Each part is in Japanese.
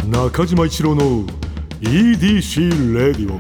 中島一郎の EDC レディオ。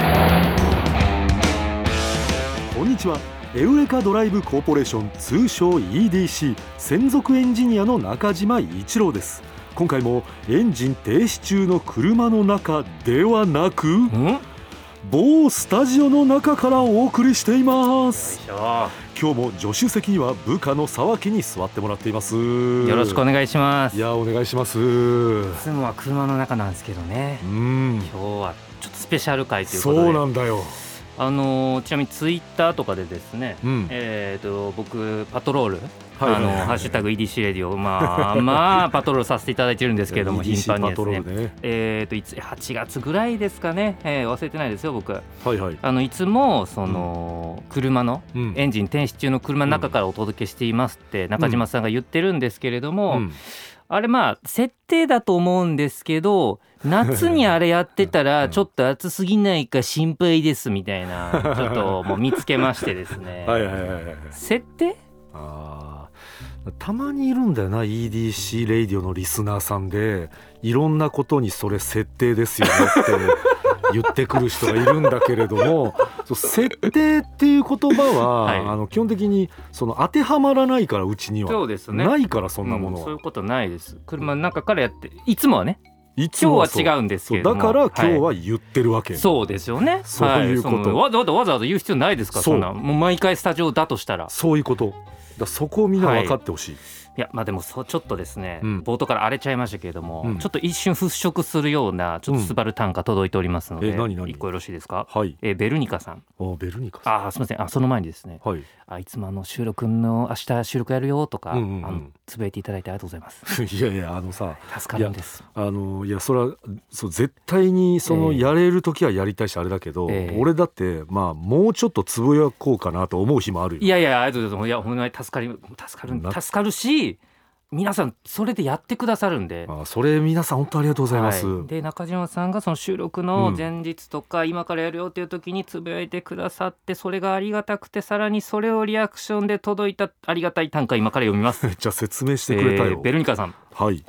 こんにちは。エウレカドライブコーポレーション、通称 EDC 専属エンジニアの中島一郎です。今回もエンジン停止中の車の中ではなく、某スタジオの中からお送りしています。今日も助手席には部下の沢木に座ってもらっています。 よろしくお願いします。 いや、お願いします。 いつもは車の中なんですけどね、今日はちょっとスペシャル回ということで。 そうなんだよ。 ちなみにツイッターとかでですね、僕パトロール、ハッシュタグ EDC レディオ、パトロールさせていただいてるんですけれども、頻繁にですね、8月ぐらいですかね、忘れてないですよ僕。いつもその、車の、エンジン停止中の車の中からお届けしていますって中島さんが言ってるんですけれども、あれ設定だと思うんですけど、夏にあれやってたらちょっと暑すぎないか心配ですみたいなちょっともう見つけましてですね。設定？ たまにいるんだよな、 EDC レイディオのリスナーさんでいろんなことにそれ設定ですよねって言ってくる人がいるんだけれども設定っていう言葉は、基本的にその当てはまらないから、うちには。 そうですね、 ないから、そんなものは、 そういうことないです。車の中からやって、いつもはね、今日は違うんですけれども、 だから今日は言ってるわけ、 そうですよね。 そういうこと、 わざわざ言う必要ないですから。そんなもう毎回スタジオだとしたらそういうことだ。そこをみんな分かってほしい。 いや、でもちょっとですね、冒頭から荒れちゃいましたけれども、ちょっと一瞬払拭するようなちょっとスバル短歌届いておりますので、一個よろしいですか？ベルニカさん。ベルニカさん。すみません。その前にですね、いつも収録の明日収録やるよとか、つぶやいていただいてありがとうございます。 いや助かるんです。 いや、それは絶対にやれる時はやりたいしあれだけど、俺だってもうちょっとつぶやこうかなと思う日もあるよ。 いやありがとうございます。いや、ほんまに助かるし、皆さんそれでやってくださるんで、 それ皆さん本当ありがとうございます。 で、中島さんがその収録の前日とか、今からやるよっていう時につぶやいてくださって、それがありがたくて、さらにそれをリアクションで届いたありがたい短歌、今から読みます。 めっちゃ説明してくれたよ。 ベルニカさん。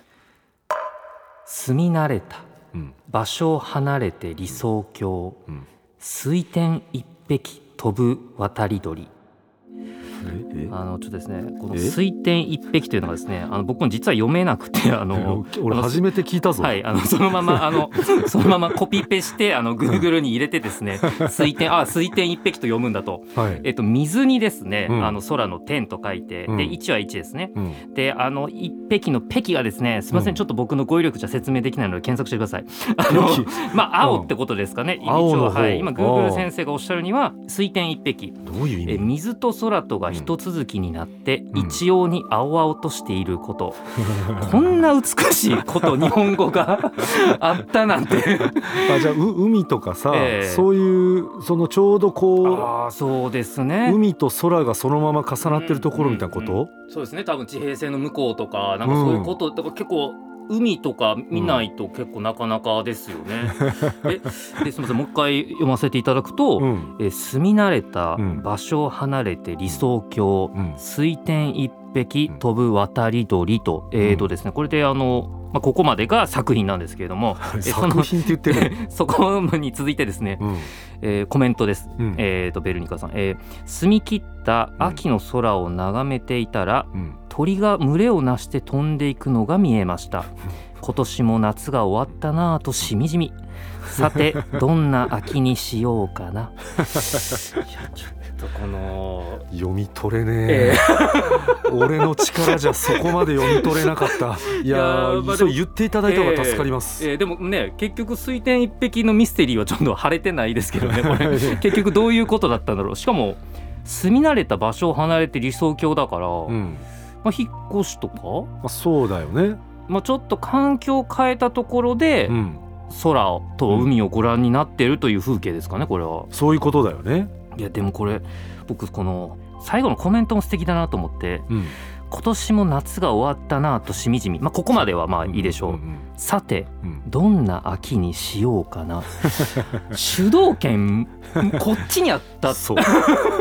住み慣れた、場所を離れて理想郷、水天一匹飛ぶ渡り鳥。ちょっとですね、この水天一匹というのがですね、僕も実は読めなくて、 俺初めて聞いたぞ。 そのままコピペしてGoogle に入れてですね、水天一匹と読むんだと、水にですね、空の天と書いて、で1は1ですね、で一匹の匹がですね、すみません、ちょっと僕の語彙力じゃ説明できないので検索してください。青ってことですかね、一応。今 Google 先生がおっしゃるには、水天一匹、 どういう意味？ 水と空とが一続きになって一様に青々としていること、こんな美しいこと日本語があったなんて。 じゃあ海とかさ、そういうちょうどこう、 そうですね、 海と空がそのまま重なってるところみたいなこと、 そうですね。多分地平線の向こうとか、なんかそういうことだから、結構海とか見ないと結構なかなかですよね。ですみません、もう一回読ませていただくと、住み慣れた、場所を離れて理想郷、水天一匹飛ぶ渡り鳥と、ですね、これでここまでが作品なんですけれども、 作品って言ってるそこに続いてですね、コメントです。ベルニカさん、澄み切った秋の空を眺めていたら、鳥が群れをなして飛んでいくのが見えました。今年も夏が終わったなぁとしみじみ。さてどんな秋にしようかな。いや、ちょっとこの読み取れねえ、俺の力じゃそこまで読み取れなかった。いや、そう言っていただいた方が助かります。 でもね、結局水天一匹のミステリーはちょっと晴れてないですけどね、これ結局どういうことだったんだろう。しかも住み慣れた場所を離れて理想郷だから、引っ越しとか、 そうだよね。 ちょっと環境を変えたところで、空と海をご覧になっているという風景ですかね、これは。 そういうことだよね。 いや、でもこれ僕この最後のコメントも素敵だなと思って、今年も夏が終わったなとしみじみ、ここまではいいでしょう。さて、どんな秋にしようかな。主導権こっちにあった。 そう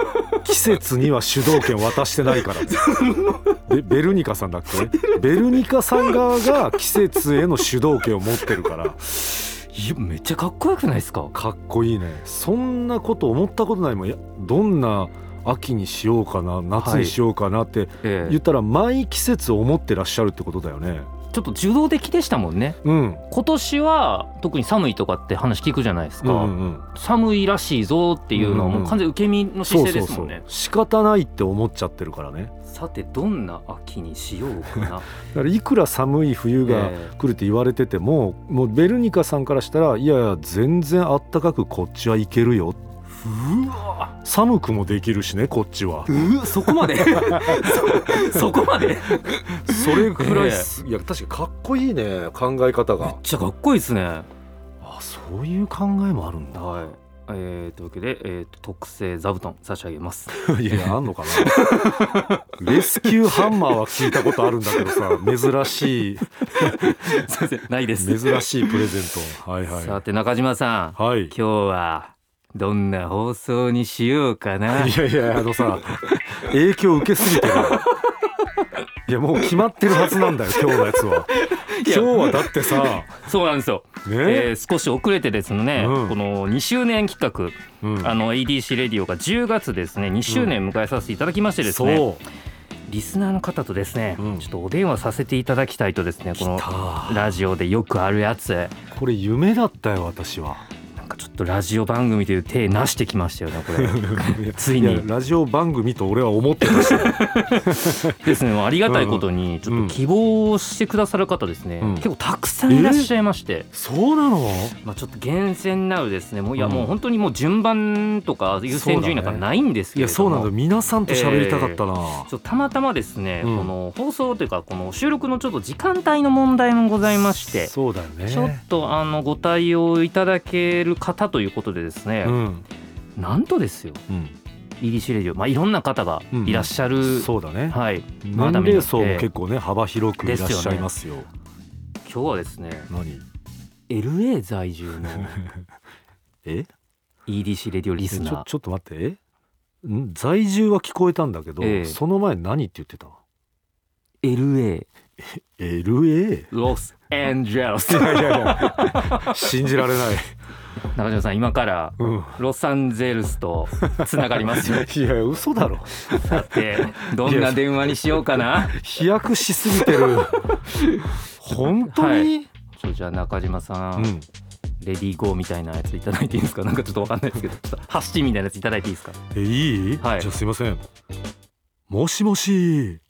季節には主導権渡してないからベルニカさんだっけ、ベルニカさん側が季節への主導権を持ってるから。 いやめっちゃかっこよくないですか。 かっこいいね。そんなこと思ったことないもん。いやどんな秋にしようかな夏にしようかなって言ったら毎季節を思ってらっしゃるってことだよね。 ちょっと受動的でしたもんね、うん、今年は特に寒いとかって話聞くじゃないですか、うんうん、寒いらしいぞっていうのはもう完全受け身の姿勢ですもんね、 そう仕方ないって思っちゃってるからね。 さてどんな秋にしようかなだからいくら寒い冬が来るって言われてても、もうベルニカさんからしたらいやいや全然あったかくこっちはいけるよ。うわ寒くもできるしねこっちは。 そこまでそこまでそれくらい、いや確かにかっこいいね考え方が。 めっちゃかっこいいですね。 あそういう考えもあるんだ、 はい。というわけで、特製座布団差し上げますいやあんのかなレスキューハンマーは聞いたことあるんだけどさ珍しいすいませんないです珍しいプレゼント。はいはい。 さて中島さん、はい、今日はどんな放送にしようかな。 いやいやさ影響受けすぎてるいやもう決まってるはずなんだよ今日のやつは。今日はだってさそうなんですよ、ね少し遅れてですね、この2周年企画、ADC レディオが10月ですね2周年迎えさせていただきましてですね、リスナーの方とですね、ちょっとお電話させていただきたいとですね、このラジオでよくあるやつ。 これ夢だったよ私は。 ちょっとラジオ番組という手なしてきましたよねこれついにラジオ番組と俺は思ってましたですね。ありがたいことにちょっと希望してくださる方ですね、結構たくさんいらっしゃいまして。 そうなの？ ちょっと厳選なるですねもういやもう本当にもう順番とか優先順位なんかないんですけれども、 そうなんだ。皆さんと喋りたかったな、 たまたまですね、この放送というかこの収録のちょっと時間帯の問題もございまして、 そうだよね、 ちょっとご対応いただける方ということでですね、なんとですよ、EDC レディオ、いろんな方がいらっしゃる、 そうだね、 はい、 年齢層も結構ね幅広くいらっしゃいますよ。 今日はですね何 LA 在住のEDC レディオリスナー。 ちょっと待って、在住は聞こえたんだけど、その前何って言ってた？ LA ロスアンジェルスいや信じられない。 中島さん今からロサンゼルスとつながりますよ、 いや嘘だろ。 さてどんな電話にしようかな。 飛躍しすぎてる本当に、 じゃあ中島さん、レディーゴーみたいなやついただいていいですか。なんかちょっと分かんないですけどちょっと発信みたいなやついただいていいですか。 いい、じゃあすいません。もしもし。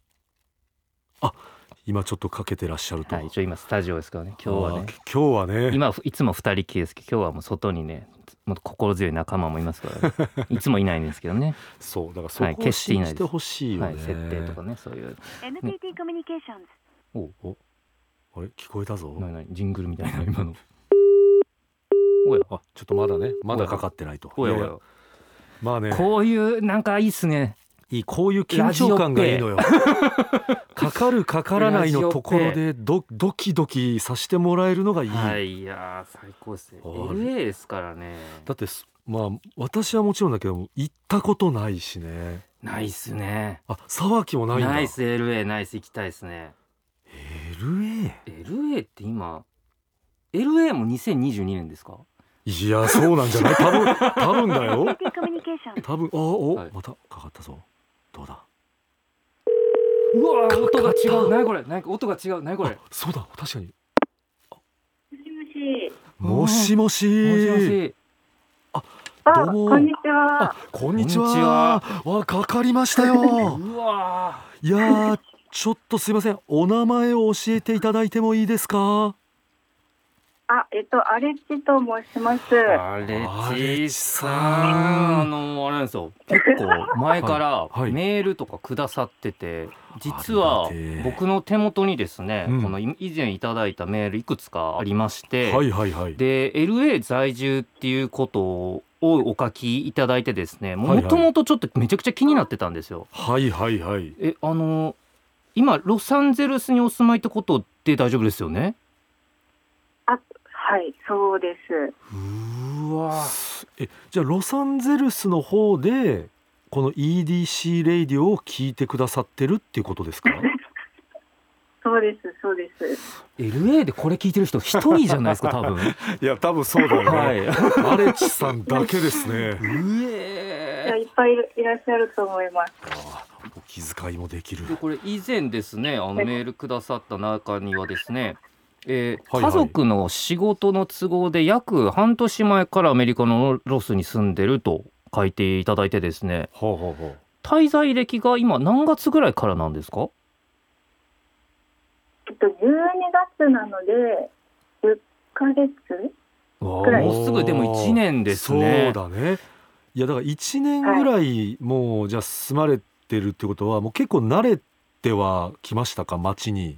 今ちょっとかけてらっしゃると。 一応今スタジオですからね。今日はね今いつも2人きりですけど今日はもう外にねもっと心強い仲間もいますから、いつもいないんですけどね。 そうだからそこを信じてほしいよね、 設定とかねそういう、 NTT コミュニケーションズ。 あれ聞こえたぞ。 ジングルみたいな今の。おやちょっとまだねまだかかってないと。 おやまあねこういうなんかいいっすね。 こういう緊張感がいいのよかかるかからないのところでドキドキさせてもらえるのがいい。 いや最高ですね。 LA ですからね。 だって私はもちろんだけど行ったことないしね。 ないっすね。 沢木もないんだ。 ナイス LA ナイス行きたいですね。LA って今 LA も2022年ですか。 いやそうなんじゃない多分だよ多分。またかかったぞ。どうだ。 うわ音が違う。何これ音が違う。何これ。 そうだ確かに。 もしもし。 どうも。こんにちは。かかりましたよ。 うわいやちょっとすいませんお名前を教えていただいてもいいですか。 アレッチと申します。 アレッチさん、あれなんですよ。結構前からメールとかくださってて、実は僕の手元にですね、この以前いただいたメールいくつかありまして、で LA 在住っていうことをお書きいただいてですね、もともとちょっとめちゃくちゃ気になってたんですよ。今ロサンゼルスにお住まいってことで大丈夫ですよね。 はいそうです。 じゃあロサンゼルスの方でこの EDC レイディオを聞いてくださってるっていうことですか？ そうです、そうです。 LA でこれ聞いてる人一人じゃないですか多分。 いや多分そうだよね、 はい、 アレチさんだけですね。 いっぱいいらっしゃると思います。 お気遣いもできる。 でこれ以前ですねメールくださった中にはですね、 はいはい、 家族の仕事の都合で約半年前からアメリカのロスに住んでると書いていただいてですね、 ほうほうほう。 滞在歴が今何月ぐらいからなんですか 12月なので10ヶ月くらい。 もうすぐでも1年ですね。 そうだね。いやだから1年ぐらいもうじゃあ住まれてるってことはもう結構慣れてはきましたか、街に？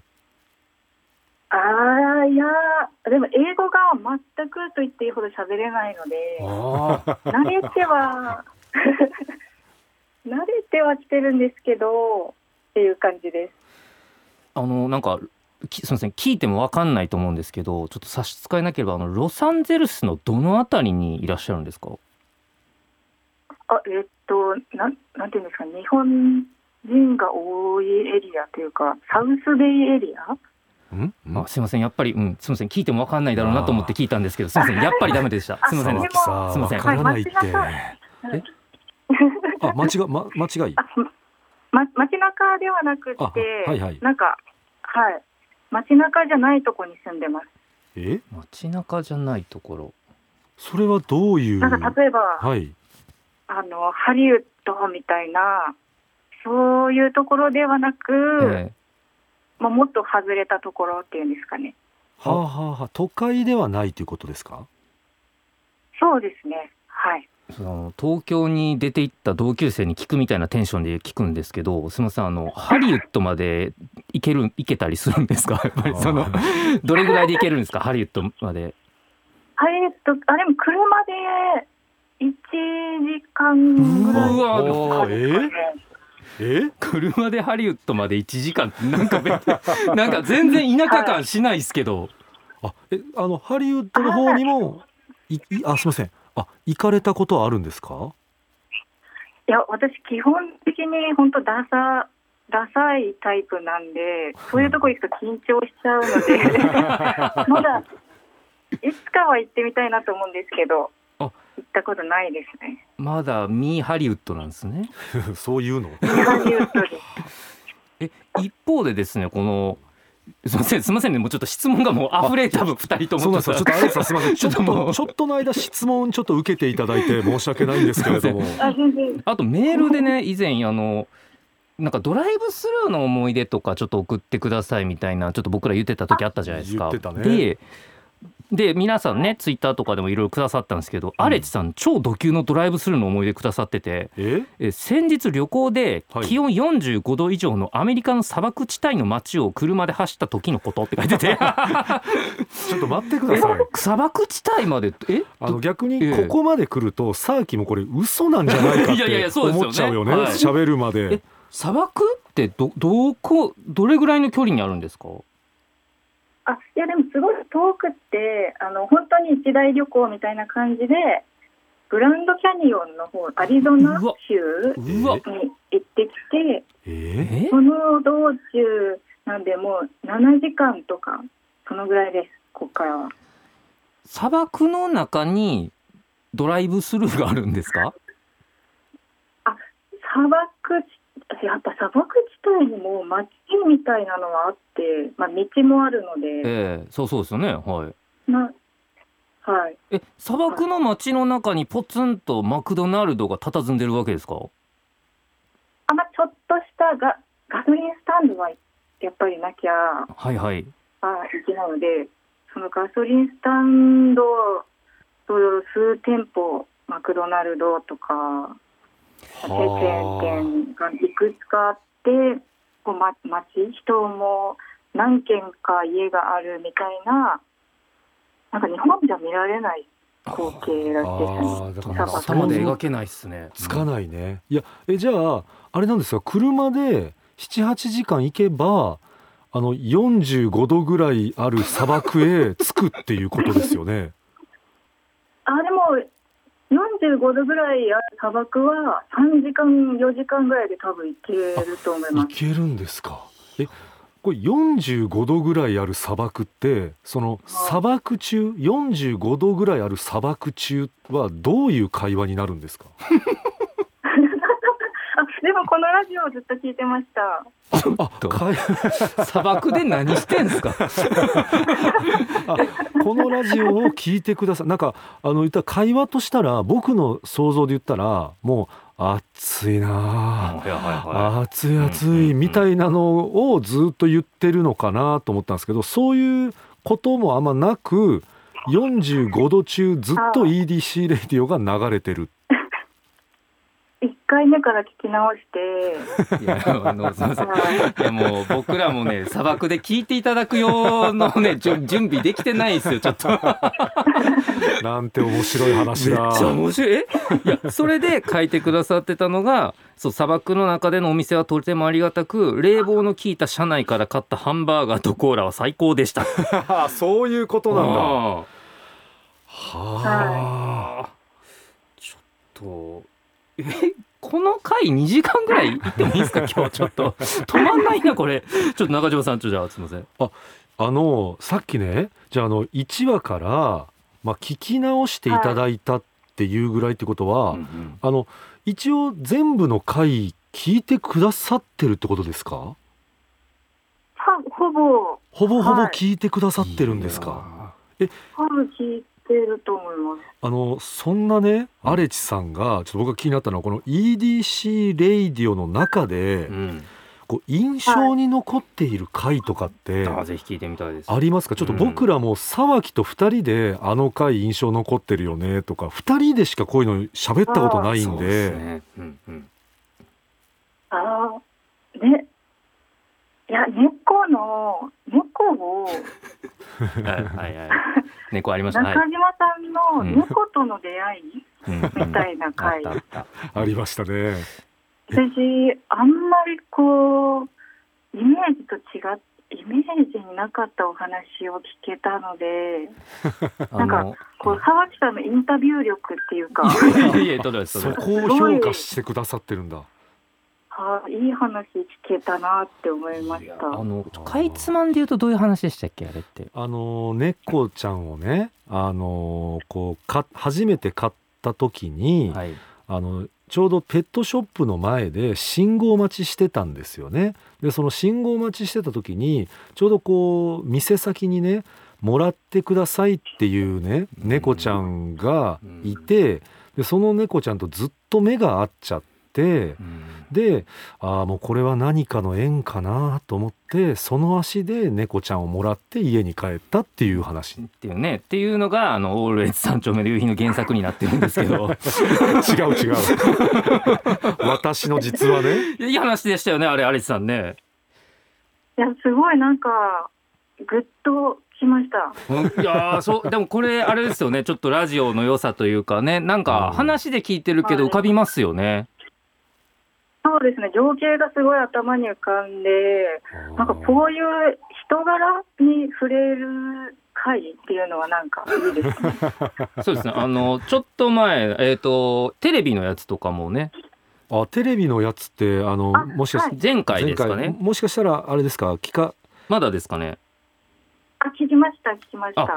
いやでも英語が全くと言っていいほど喋れないので慣れては慣れてはきてるんですけどっていう感じです。 なんかすみません聞いても分かんないと思うんですけど、ちょっと差し支えなければロサンゼルスのどのあたりにいらっしゃるんですか？ なんていうんですか、日本人が多いエリアというかサウスベイエリア。 すいませんやっぱり、すみません聞いても分かんないだろうなと思って聞いたんですけど、すみませんやっぱりダメでした。すみません。 すみません。分からないって。間違い。 街中ではなくて、 はいはい、 なんかはい街中じゃないところに住んでます。 街中じゃないところ。 それはどういう？ なんか例えば、 はい、 ハリウッドみたいなそういうところではなく。もっと外れたところっていうんですかね。 都会ではないということですか？ そうですね。はい。 東京に出て行った同級生に聞くみたいなテンションで聞くんですけど、すみませんハリウッドまで行けたりするんですか？やっぱりどれぐらいで行けるんですか？ハリウッドまで。 ハリウッドでも車で1時間ぐらいですかね。 車でハリウッドまで1時間なんか全然田舎感しないですけど、 ハリウッドの方にもすみません行かれたことはあるんですか？ いや私基本的に本当ダサいタイプなんで、そういうとこ行くと緊張しちゃうのでまだいつかは行ってみたいなと思うんですけど行ったことないですね。 まだミーハリウッドなんですねそういうのハリウッドです一方でですねすみませんねもうちょっと質問がもう溢れ多分2人ともちょっとあれさすみませんちょっとの間質問ちょっと受けていただいて申し訳ないんですけれどもあとメールでね以前なんかドライブスルーの思い出とかちょっと送ってくださいみたいなちょっと僕ら言ってた時あったじゃないですか。 言ってたね。 で皆さんねツイッターとかでもいろいろくださったんですけど、アレチさん超ド級のドライブスルーの思い出くださってて、先日旅行で気温45度以上のアメリカの砂漠地帯の街を車で走った時のことって書いててちょっと待ってください。 砂漠地帯まで逆にここまで来るとサーキもこれ嘘なんじゃないかって思っちゃうよね。喋るまで。 砂漠ってどれぐらいの距離にあるんですか？ いやでもすごい遠くって本当に一大旅行みたいな感じでグランドキャニオンの方アリゾナ州に行ってきて、その道中なんでもう7時間とかそのぐらいです。ここからは砂漠の中にドライブスルーがあるんですか？ やっぱ砂漠地帯にも街みたいなのはあって、道もあるので、 そうですよね。砂漠の街の中にポツンとマクドナルドが佇んでるわけですか？ ちょっとしたガソリンスタンドはやっぱりなきゃいけないので、そのガソリンスタンド数店舗マクドナルドとかチェーン店がいくつかあって、人も何軒か家があるみたいな、なんか日本じゃ見られない光景らしいですね。 頭で描けないっすね。 つかないね。いやじゃああれなんですか、車で 7,8 時間行けば45度ぐらいある砂漠へ着くっていうことですよね。 でも 45度ぐらいある砂漠は3時間4時間ぐらいで多分行けると思います。 行けるんですか。これ45度ぐらいある砂漠って、その砂漠中、45度ぐらいある砂漠中はどういう会話になるんですか？ でもこのラジオをずっと聞いてました。 砂漠で何してんすか？ このラジオを聞いてください。なんか言ったら会話としたら、僕の想像で言ったらもう暑いな、暑い暑いみたいなのをずっと言ってるのかなと思ったんですけど、そういうこともあんまなく、45度中ずっと EDC レディオが流れてる。 1回目から聞き直して、 いや、すいません。いや、もう僕らもね、砂漠で聞いていただく用のね、準備できてないですよ、ちょっと。 なんて面白い話だ。 めっちゃ面白い。いや、それで書いてくださってたのが、そう砂漠の中でのお店はとてもありがたく、冷房の効いた車内から買ったハンバーガーとコーラは最高でした。 そういうことなんだ。 はあ。ちょっとこの回2時間ぐらい行ってもいいですか？今日ちょっと止まんないなこれ。ちょっと中島さん、じゃあすみません。 さっきね、じゃあ1話から、聞き直していただいたっていうぐらいってことは、一応全部の回聞いてくださってるってことですか？ ほぼ聞いてくださってるんですか？ ほぼ聞いてると思います。 そんなね、アレチさんがちょっと僕が気になったのは、この EDC レイディオの中で、こう印象に残っている回とかってぜひ聞いてみたいです。 ありますか？ちょっと僕らも沢木と2人であの回印象残ってるよねとか、2人でしかこういうの喋ったことないんで。 いや、猫を猫ありました。 中島さんの猫との出会いみたいな回ありましたね。 私あんまりこうイメージになかったお話を聞けたので、なんかこう沢木さんのインタビュー力っていうかそこを評価してくださってるんだ。 いい話聞けたなって思いました。 かいつまんで言うとどういう話でしたっけ、あれって。 猫ちゃんをね、初めて飼った時に、ちょうどペットショップの前で信号待ちしてたんですよね。でその信号待ちしてた時に、ちょうどこう店先にね、もらってくださいっていうね、猫ちゃんがいて、でその猫ちゃんとずっと目が合っちゃって、でもうこれは何かの縁かなと思って、その足で猫ちゃんをもらって家に帰ったっていう話っていうのがオールエイツ三丁目の夕日の原作になってるんですけど違う私の実はね、 いい話でしたよね、あれ、アレチさんね。 いや、すごいなんかグッときました。 いやでもこれあれですよね、ちょっとラジオの良さというかね、なんか話で聞いてるけど浮かびますよね。 そうですね、情景がすごい頭に浮かんで、なんかこういう人柄に触れる回っていうのはなんかいいですね。 そうですね、ちょっと前、テレビのやつとかもね。 テレビのやつってもしかして前回ですかね。 もしかしたらあれですか、 まだですかね。 聞きました。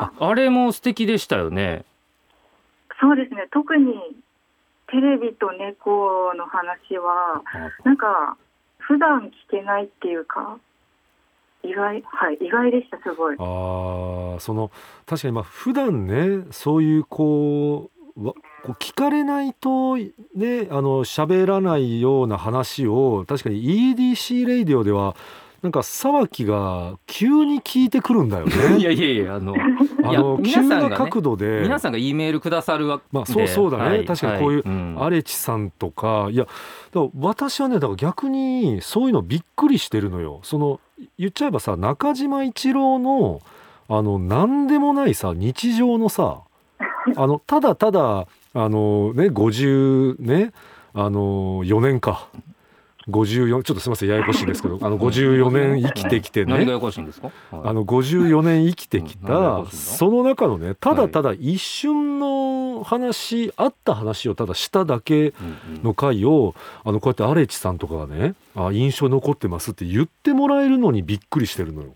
あれも素敵でしたよね。 そうですね、特にテレビと猫の話はなんか普段聞けないっていうか、意外でした。すごい。 確かに普段ね、そういうこう聞かれないとね、喋らないような話を、確かに EDC レイディオではなんか沢木が急に聞いてくるんだよね。いや急な角度で皆さんが E メールくださるわけで、そうだね、確かにこういうアレチさんとか、いやだから私はね、だから逆にそういうのびっくりしてるのよ。言っちゃえばさ、中島一郎の何でもないさ、日常のさ、ただただ50ね、4年か 54ちょっとすみませんややこしいですけど54年生きてきてね、 何がややこしいんですか？ 54年生きてきたその中のねただただ一瞬の話、あった話をただしただけの回をこうやってアレチさんとかがね印象残ってますって言ってもらえるのにびっくりしてるのよ。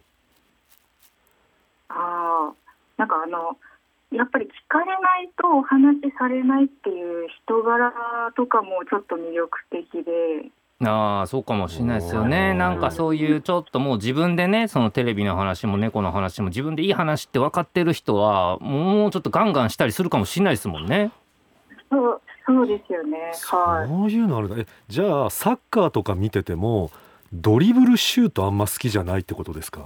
なんかやっぱり聞かれないとお話しされないっていう人柄とかもちょっと魅力的で。 そうかもしれないですよね。なんかそういうちょっともう自分でねそのテレビの話も猫の話も自分でいい話って分かってる人はもうちょっとガンガンしたりするかもしれないですもんね。 そうですよね。 そういうのあるんだ。じゃあサッカーとか見ててもドリブルシュートあんま好きじゃないってことですか？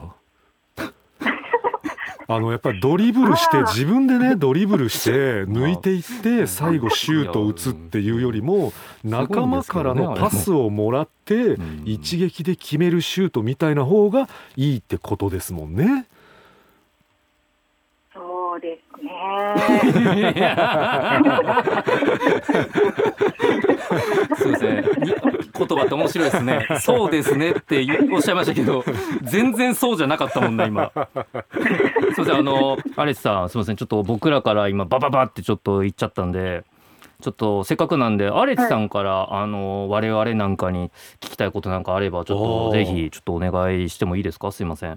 やっぱりドリブルして自分でねドリブルして抜いていって最後シュートを打つっていうよりも仲間からのパスをもらって一撃で決めるシュートみたいな方がいいってことですもんね。 そうですね。 すいません言葉って面白いですね。そうですねっておっしゃいましたけど全然そうじゃなかったもんな今。すいませんアレスさんすいませんちょっと僕らから今バババってちょっと言っちゃったんでちょっとせっかくなんでアレチさんから、我々なんかに聞きたいことなんかあればちょっとぜひちょっとお願いしてもいいですか？すいません。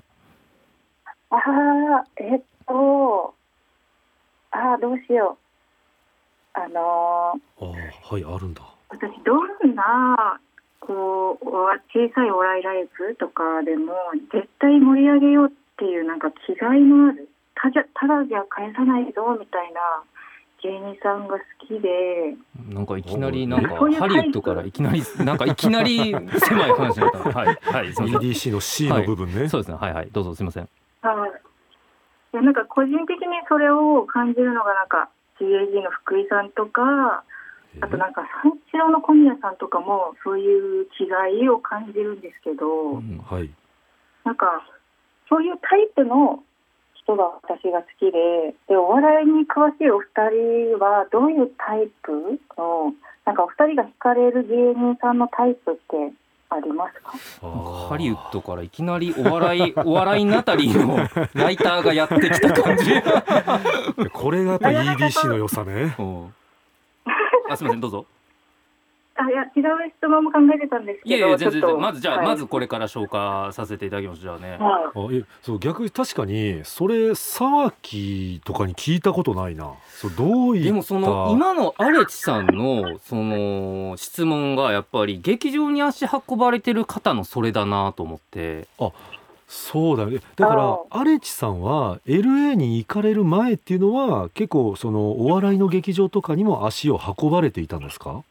どうしよう。 はいあるんだ。 私どんな小さいお笑いライブとかでも絶対盛り上げようっていうなんか気概のあるただじゃ返さないぞみたいな芸人さんが好きで、 なんかいきなりなんかハリウッドからいきなり狭い話だった。はいはいすみません。 EDC の C の部分ね、 そうですねはいどうぞすみません。 なんか個人的にそれを感じるのがなんか GAG の福井さんとかあとなんか三四郎の小宮さんとかもそういう気概を感じるんですけど、なんかそういうタイプの人が私が好きでお笑いに詳しいお二人はどういうタイプのなんかお二人が惹かれる芸人さんのタイプってありますか？ ハリウッドからいきなりお笑いナタリーのライターがやってきた感じこれがやっぱ EDC の良さね。 すみませんどうぞ。 いや違う質問も考えてたんですけど、 いや全然まずこれから消化させていただきます。じゃあね、 そう逆に確かにそれ沢木とかに聞いたことないな。どういった。 でも今のアレチさんのその質問がやっぱり劇場に足運ばれてる方のそれだなと思って。 そうだね。だからアレチさんは LA に行かれる前っていうのは結構そのお笑いの劇場とかにも足を運ばれていたんですか？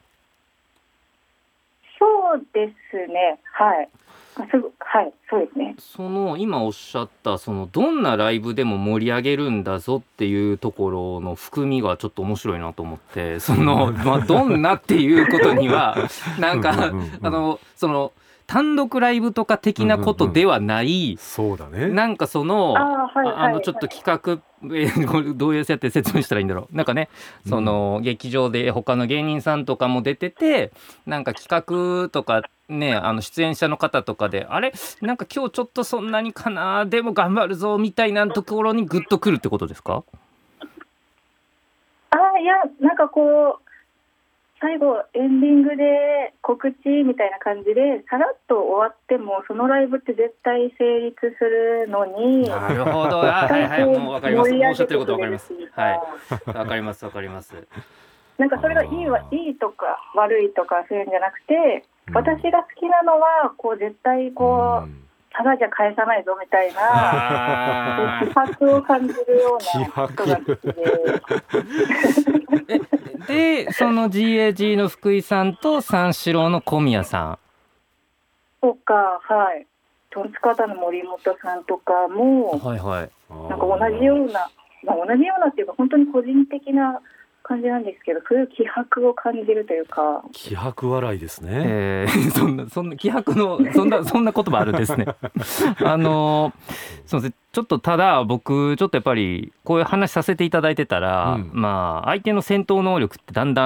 そうですね。そうですね。 今おっしゃったどんなライブでも盛り上げるんだぞっていうところの含みがちょっと面白いなと思ってどんなっていうことにはなんか単独ライブとか的なことではない、 そうだね。 なんかちょっと企画どういうやって説明したらいいんだろう。なんかね劇場で他の芸人さんとかも出ててなんか企画とかね出演者の方とかでなんか今日ちょっとそんなにかなでも頑張るぞみたいなところにグッとくるってことですか？ いやなんか最後エンディングで告知みたいな感じでさらっと終わってもそのライブって絶対成立するのに。 なるほど。もう分かります。おっしゃってること分かります。分かります。 なんかそれがいいとか悪いとかそういうんじゃなくて、私が好きなのは絶対ただじゃ返さないぞみたいな気迫を感じるような人が好きででその GAG の福井さんと三四郎の小宮さんとかトンツカタンの森本さんとかもなんか同じようなっていうか本当に個人的な感じなんですけどそういう気迫を感じるというか。 気迫笑いですね。 そんな気迫のそんな言葉あるんですね。すいませんちょっとただ僕ちょっとやっぱりこういう話させていただいてたら、相手の戦闘能力ってだんだん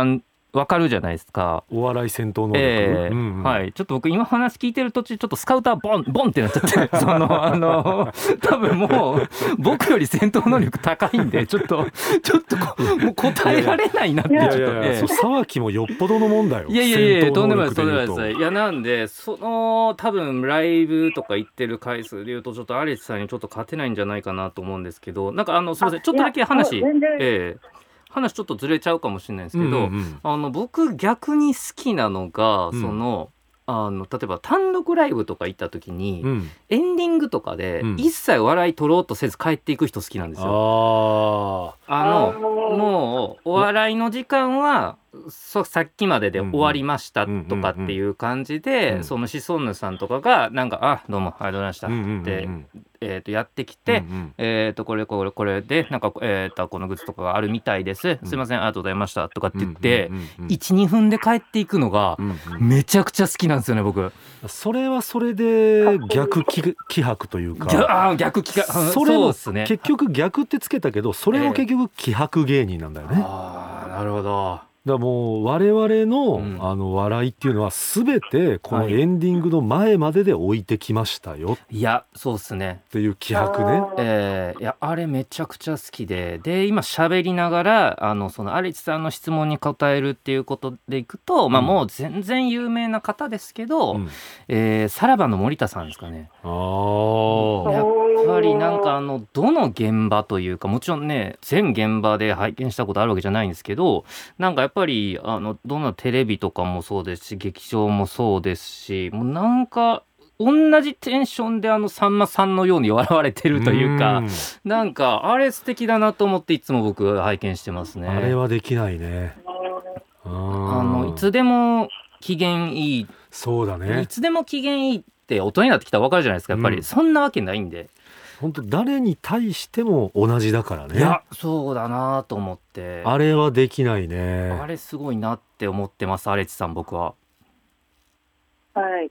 分かるじゃないですか。 お笑い戦闘能力、 はい、ちょっと僕今話聞いてる途中ちょっとスカウターボンってなっちゃって多分もう僕より戦闘能力高いんでちょっともう答えられないなってちょっと。 沢木もよっぽどのもんだよ。 いやとんでもないですいやなんで多分ライブとか行ってる回数でいうとちょっとアレスさんにちょっと勝てないんじゃないかなと思うんですけど、なんかすいませんちょっとだけ話話ちょっとずれちゃうかもしれないですけど、僕逆に好きなのが、例えば単独ライブとか行った時に、エンディングとかで一切笑い取ろうとせず帰っていく人好きなんですよ。もうお笑いの時間はさっきまでで終わりましたとかっていう感じで、そのシソンヌさんとかがなんか「あどうもありがとうございました」ってやってきて、これでなんかこのグッズとかがあるみたいです、すいませんありがとうございましたとかって言って、1,2 分で帰っていくのがめちゃくちゃ好きなんですよね僕。 それはそれで逆気迫というか、 逆気迫、 それも結局逆ってつけたけど、それも結局気迫芸人なんだよね。 なるほど。 だからもう我々の、笑いっていうのは全てこのエンディングの前までで置いてきましたよ、 いやそうですねっていう気迫ね。 いやあれめちゃくちゃ好きで今喋りながらそのアレチさんの質問に答えるっていうことでいくと、もう全然有名な方ですけど、さらばの森田さんですかね。やっぱりなんかどの現場というか、もちろんね全現場で拝見したことあるわけじゃないんですけど、なんかやっぱりどんなテレビとかもそうですし劇場もそうですし、もうなんか同じテンションでさんまさんのように笑われてるというか、なんかあれ素敵だなと思っていつも僕拝見してますね。 あれはできないね。 いつでも機嫌いい。 そうだね。 いつでも機嫌いいって大人になってきたら分かるじゃないですか。やっぱりそんなわけないんで、 本当誰に対しても同じだからね。 いやそうだなと思って、 あれはできないね。 あれすごいなって思ってます、アレチさん僕は。 はい。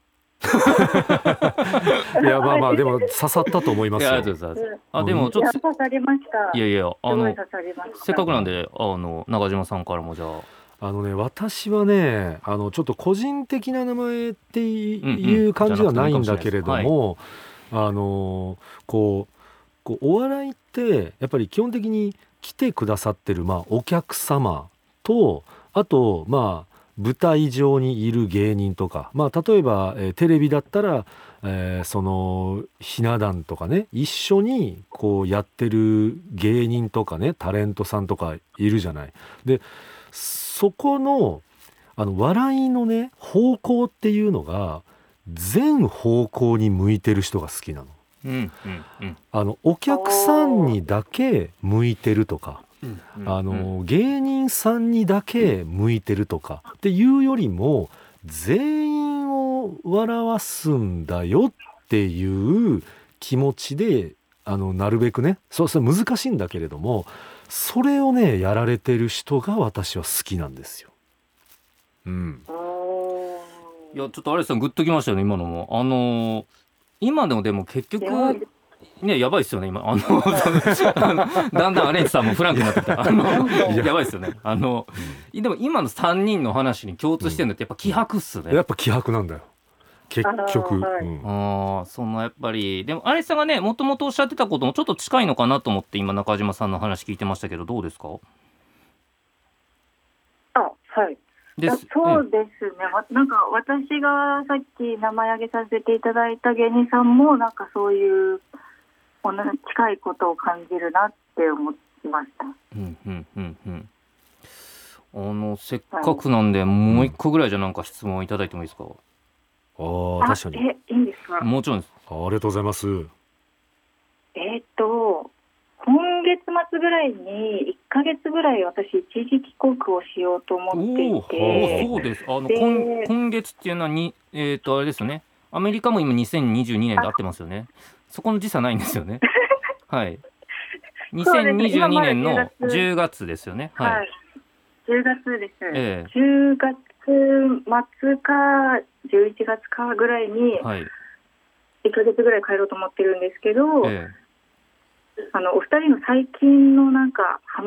いやまあでも刺さったと思いますよ。 でもちょっと刺さりました。 いやせっかくなんで中島さんからもじゃあ。 私はねちょっと個人的な名前っていう感じではないんだけれども、こうお笑いってやっぱり基本的に来てくださってるお客様と、あと舞台上にいる芸人とか、例えば、テレビだったら、そのひな壇とかね、一緒にこうやってる芸人とかね、タレントさんとかいるじゃない。でそこの笑いのね方向っていうのが全方向に向いてる人が好きなの。お客さんにだけ向いてるとか、芸人さんにだけ向いてるとかっていうよりも、全員を笑わすんだよっていう気持ちでなるべくね、それ難しいんだけれども、それをねやられてる人が私は好きなんですよ。 いやちょっとアレスさんグッときましたよね今のも。今でも結局ねやばいですよね今だんだんアレンジさんもフランクになってきたやばいですよね。でも今の3人の話に共通してるのってやっぱ気迫っすね。 やっぱ気迫なんだよ結局。 そのやっぱりでもアレンジさんがねもともとおっしゃってたこともちょっと近いのかなと思って今中島さんの話聞いてましたけど、どうですか？ はい、そうですね、なんか私がさっき名前挙げさせていただいた芸人さんもなんかそういう近いことを感じるなって思いました。 せっかくなんで、もう一個ぐらいじゃなんか質問いただいてもいいですか？ 確かに。 いいんですか？ もちろんです。 ありがとうございます。 今月末ぐらいに1ヶ月ぐらい私一時帰国をしようと思っていて。 そうです。今月っていうのはあれですよね。アメリカも今2022年で合ってますよね。そこの時差ないんですよね。はい。2022年の10月ですよね。はい。 10月です。10月末か11月かぐらいに1ヶ月ぐらい帰ろうと思ってるんですけど、お二人の最近のなんかハマっ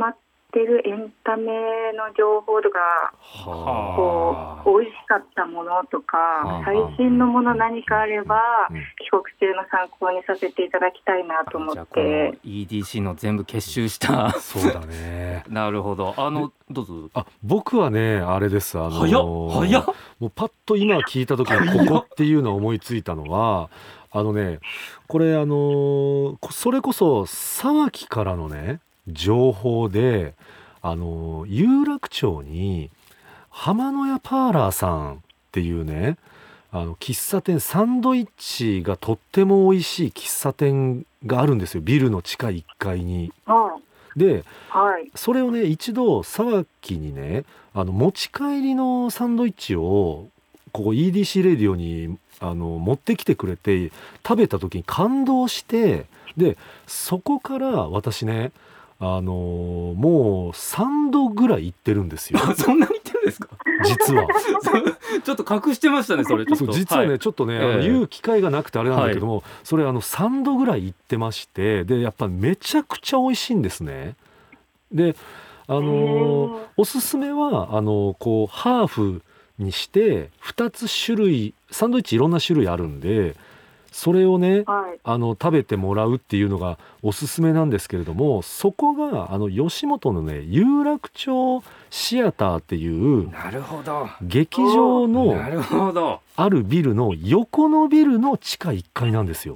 ってるエンタメの情報とか、美味しかったものとか、最新のもの何かあれば、帰国中の参考にさせていただきたいなと思って。じゃあこの EDC の全部結集したそうだねなるほど。どうぞ。 僕はねあれです、 早っもうパッと今聞いた時にここっていうのを思いついたのはこれそれこそ沢木からのね情報で有楽町に浜の屋パーラーさんっていうね喫茶店、サンドイッチがとっても美味しい喫茶店があるんですよ、ビルの地下1階に。で、それをね一度沢木にね持ち帰りのサンドイッチをここ EDC レディオに持ってきてくれて食べた時に感動して、でそこから私ねもう3度ぐらい行ってるんですよそんなに行ってるんですか実はちょっと隠してましたねそれ。ちょっと実はね、ちょっとね言う機会がなくてあれなんだけども、それ3度ぐらい行ってまして、でやっぱめちゃくちゃ美味しいんですね。でおすすめはこうハーフにして2つ種類、サンドイッチいろんな種類あるんで、それをね、食べてもらうっていうのがおすすめなんですけれども、そこが吉本のね有楽町シアターっていう劇場のあるビルの横のビルの地下1階なんですよ。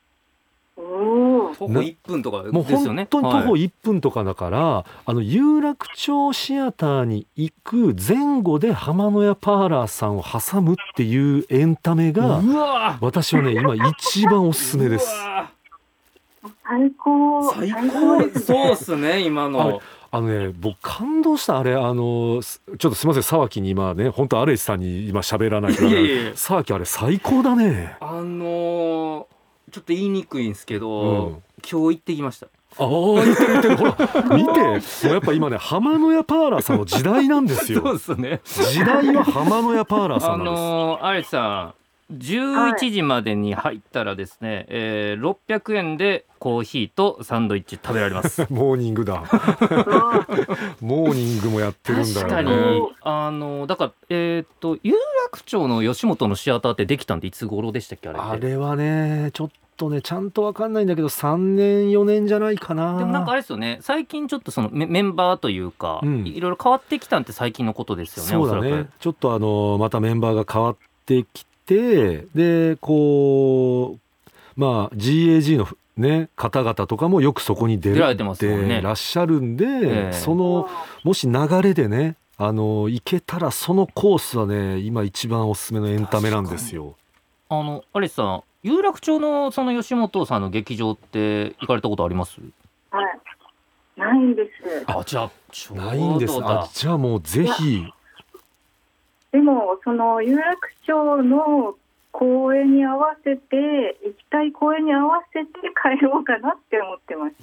徒歩1分とかですよね。 もう本当に徒歩1分とかだから、有楽町シアターに行く前後で浜の屋パーラーさんを挟むっていうエンタメが私はね今一番おすすめです。 最高そうっすね今の。 僕感動した。ちょっとすみません、沢木に今ね本当アレイさんに今喋らないから沢木あれ最高だね。 ちょっと言いにくいんですけど、今日行ってきました。 言ってるほら見て、もうやっぱ今ね浜の屋パーラーさんの時代なんですよ。 そうですね、 時代は浜の屋パーラーさんなんです。 アレスさん11時までに入ったらですね、600円でコーヒーとサンドイッチ食べられますモーニングだモーニングもやってるんだよね。 確かにだから有楽町の吉本のシアターってできたんでいつ頃でしたっけ？ あれはねちょっとねちゃんと分かんないんだけど3年4年じゃないかな。 でもなんかあれですよね、最近ちょっとそのメンバーというか、いろいろ変わってきたんって最近のことですよね。 そうだね、ちょっとまたメンバーが変わってきて、でこうGAG のね方々とかもよくそこに出られてらっしゃるんで、もし流れでね行けたらそのコースはね今一番おすすめのエンタメなんですよ。 アレスさん、有楽町のその吉本さんの劇場って行かれたことあります？ ないんです。 じゃあないんです。じゃあもうぜひ。 でもその有楽町の公演に合わせて行きたい公演に合わせて帰ろうかなって思ってます。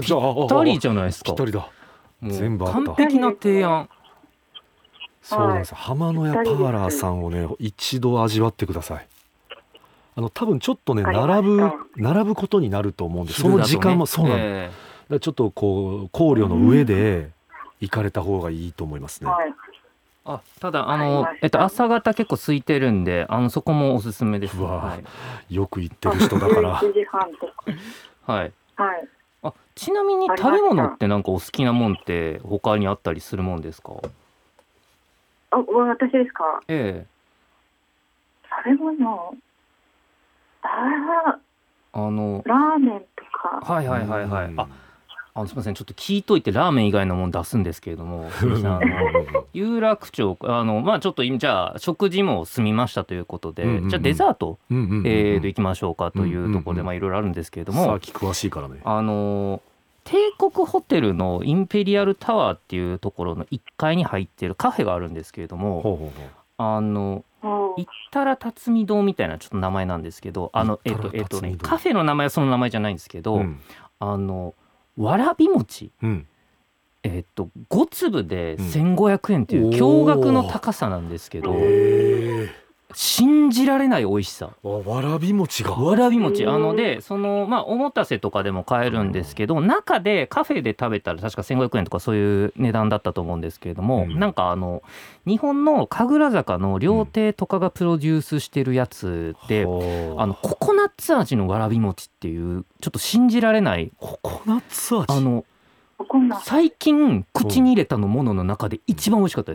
じゃあぴったりじゃないですか。 ぴったりだ。全部あった。 完璧な提案。 そうなんです。浜の屋パーラーさんをね一度味わってください。多分ちょっとね並ぶことになると思うんで、その時間もそうなんだ。だからちょっとこう考慮の上で行かれた方がいいと思いますね。 ただ朝方結構空いてるんでそこもおすすめです。 よく行ってる人だから 11時半とか。 ちなみに食べ物ってなんかお好きなもんって他にあったりするもんですか？ 私ですか？食べ物ラーメンとか。 すみません、ちょっと聞いといてラーメン以外のもの出すんですけれども有楽町ちょっとじゃあ食事も済みましたということで、じゃあデザート行きましょうかというところでいろいろあるんですけれども、 詳しいからね。 帝国ホテルのインペリアルタワーっていうところの1階に入っているカフェがあるんですけれども、行ったら辰巳堂みたいなちょっと名前なんですけど、カフェの名前はその名前じゃないんですけど、わらび餅、5粒で1500円っていう驚愕の高さなんですけど、 信じられない美味しさ。 わらび餅がわらび餅でおもたせとかでも買えるんですけど、中でカフェで食べたら確か1500円とかそういう値段だったと思うんですけれども、なんか日本の神楽坂の料亭とかがプロデュースしてるやつで、ココナッツ味のわらび餅っていうちょっと信じられない。 ココナッツ味、 最近口に入れたものの中で一番美味しかったです。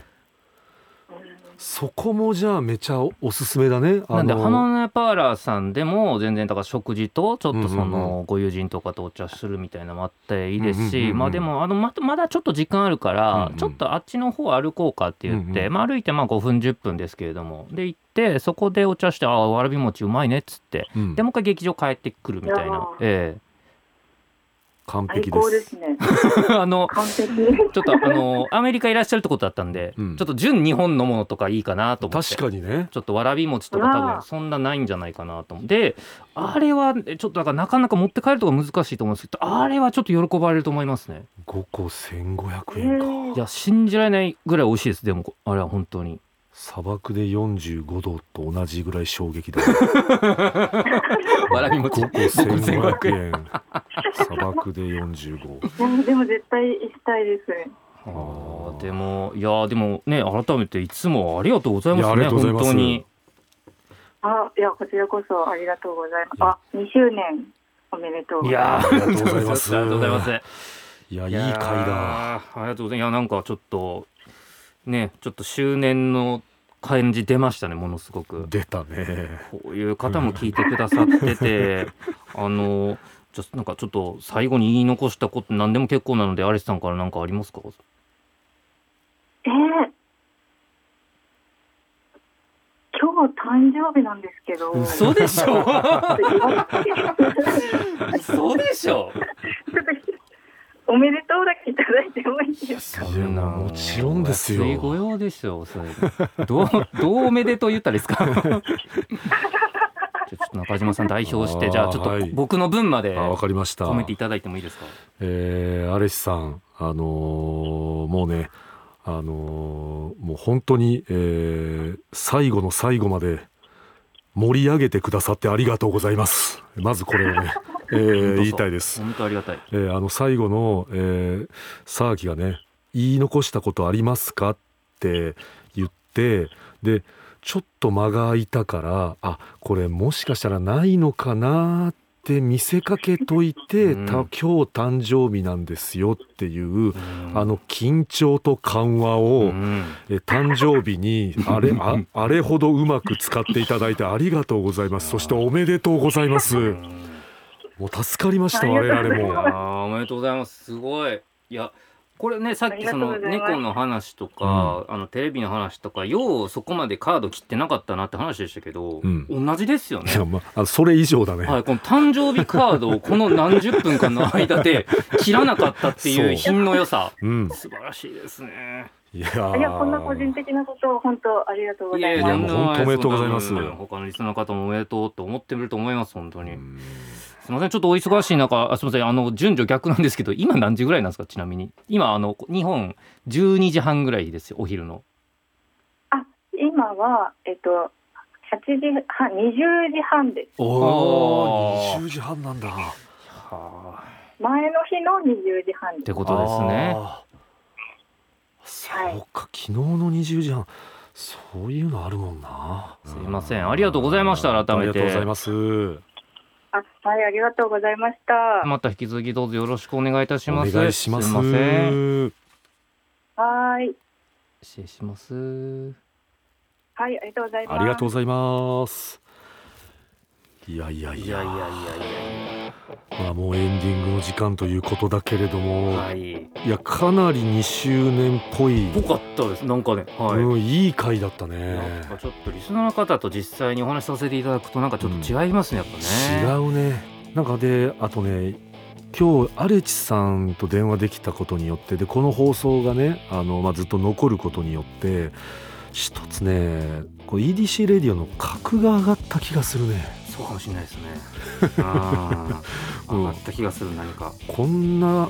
そこもじゃあめちゃおすすめだね。 なんで浜名パーラーさんでも全然だから食事とちょっとご友人とかとお茶するみたいなのもあっていいですし、まあでもまだちょっと時間あるからちょっとあっちの方歩こうかって言って、歩いて5分10分ですけれども、で行ってそこでお茶してわらび餅うまいねっつって、でもう一回劇場帰ってくるみたいな。 完璧です。 ですね、 完璧。ちょっとアメリカいらっしゃるってことだったんで、ちょっと純日本のものとかいいかなと思って。 確かにね。 ちょっとわらび餅とか多分そんなないんじゃないかなと思って、あれはちょっとだからなかなか持って帰るとか難しいと思うんですけど、あれはちょっと喜ばれると思いますね。 5個1500円か。 いや信じられないぐらい美味しいです。でもあれは本当に。 砂漠で45度と同じぐらい衝撃だ。 わらび餅 5個1500円。砂漠で45。 でも絶対行きたいですね。 でもね、改めていつもありがとうございますね。本当に。 いやこちらこそありがとうございます。2周年おめでとうございます。 ありがとうございます。 ありがとうございます。 いやいい回だ。 ありがとうございます。いやなんかちょっとね、ちょっと周年の感じ出ましたね。ものすごく出たね。 こういう方も聞いてくださっててなんかちょっと最後に言い残したこと何でも結構なので、アレスさんから何かありますか？ 今日誕生日なんですけど。 嘘でしょ嘘でしょおめでとうだけいただいてもいいですか？ もちろんですよ。 ご用でしょう。それどうおめでとう言ったらいいですか？ちょっと中島さん代表してじゃあちょっと僕の分まで込めていただいてもいいですか？ アレシさんもうねもう本当に、最後の最後まで盛り上げてくださってありがとうございます。まずこれをね言いたいです。 本当ありがたい。 最後の、沢木がね言い残したことありますかって言って、でちょっと間が空いたからこれもしかしたらないのかなって見せかけといて、今日誕生日なんですよっていう、緊張と緩和を、誕生日にあれほどうまく使っていただいてありがとうございます。そしておめでとうございます。もう助かりました。我々もおめでとうございます。すごい。いやこれね、さっきその猫の話とか、テレビの話とかようそこまでカード切ってなかったなって話でしたけど、同じですよね。 いや、それ以上だね。 この誕生日カードをこの何十分間の間で切らなかったっていう品の良さ、素晴らしいですね。 いやこんな個人的なことを本当ありがとうございます。 いや本当おめでとうございます。 他のリスナーの方もおめでとうと思ってると思います。本当に。すみません、ちょっとお忙しい中、すみません、順序逆なんですけど、今何時ぐらいなんですか？ちなみに今日本12時半ぐらいですよ、お昼の。 今は8時半、20時半です。 20時半なんだ。 前の日の20時半ってことですね。 そうか、昨日の20時半、そういうのあるもんな。 すいません、ありがとうございました。改めてありがとうございます。 はい、ありがとうございました。 また引き続きどうぞよろしくお願いいたします。 お願いします。 すいません。 はい。 失礼します。 はい、ありがとうございます。 ありがとうございます。いやもうエンディングの時間ということだけれども、いやかなり2周年っぽかったです。なんかね、 いい回だったね。 なんかちょっとリスナーの方と実際にお話しさせていただくとなんかちょっと違いますね、やっぱね。 違うね。なんかであとね、今日アレチさんと電話できたことによって、でこの放送がねずっと残ることによって一つね、こう EDC レディオの格が上がった気がするね。 そうかもしれないですね。上がった気がする。何かこんな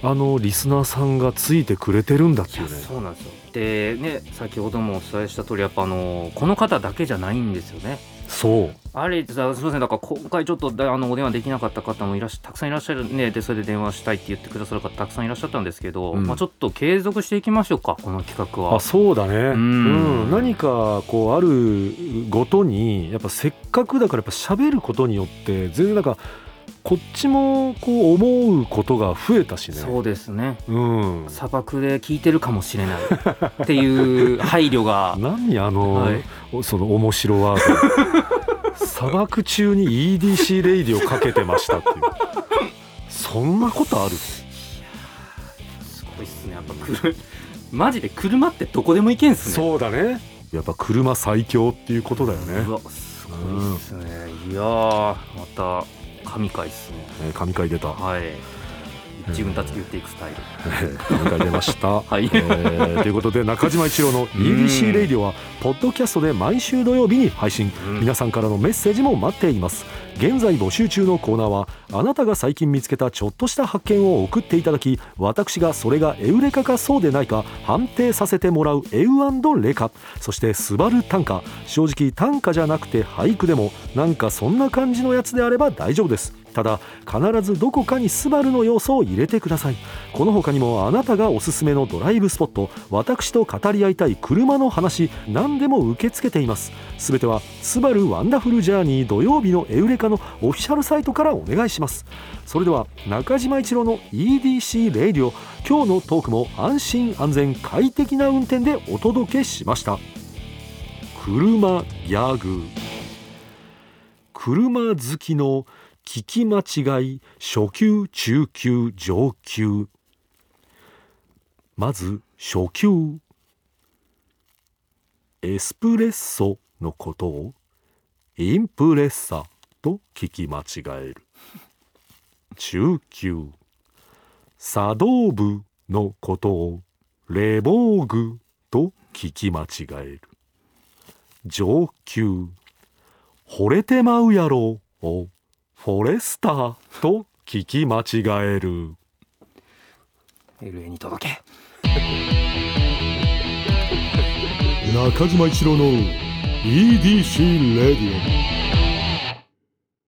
リスナーさんがついてくれてるんだっていうね。 そうなんですよ。でね、先ほどもお伝えした通りやっぱこの方だけじゃないんですよね。 そうあれすみません、だから今回ちょっとお電話できなかった方もたくさんいらっしゃるね。でそれで電話したいって言ってくださる方たくさんいらっしゃったんですけど、ちょっと継続していきましょうか、この企画は。 そうだね。何かこうあるごとにやっぱせっかくだからやっぱ喋ることによって全然なんかこっちもこう思うことが増えたしね。 そうですね、砂漠で聞いてるかもしれないっていう配慮が何その面白ワード砂漠中に EDC レイディをかけてましたっていうそんなことある？ すごいっすね。やっぱマジで車ってどこでも行けんすね。 そうだね。やっぱ車最強っていうことだよね。 うわすごいっすね。いやまた神回ですね。 神回出た。 はい。自分たちで言っていくスタイル。 神回出ました。 はい。 ということで中島一郎の EDC レイディオはポッドキャストで毎週土曜日に配信。皆さんからのメッセージも待っています。現在募集中のコーナーはあなたが最近見つけたちょっとした発見を送っていただき、私がそれがエウレカかそうでないか判定させてもらうエウ&レカ。そしてスバル短歌、正直短歌じゃなくて俳句でもなんかそんな感じのやつであれば大丈夫です。ただ必ずどこかにスバルの要素を入れてください。この他にもあなたがおすすめのドライブスポット、私と語り合いたい車の話、何でも受け付けています。すべてはスバルワンダフルジャーニー土曜日のエウレカのオフィシャルサイトからお願いします。それでは中島一郎の EDC レイディオ、今日のトークも安心安全快適な運転でお届けしました。車ギャグ。車好きの聞き間違い、初級、中級、上級。まず初級。エスプレッソのことをインプレッサと聞き間違える。中級。茶道部のことをレボーグと聞き間違える。上級。惚れてまうやろをフォレスターと聞き間違える。 LA に届け。 中島一郎の EDC レディオ。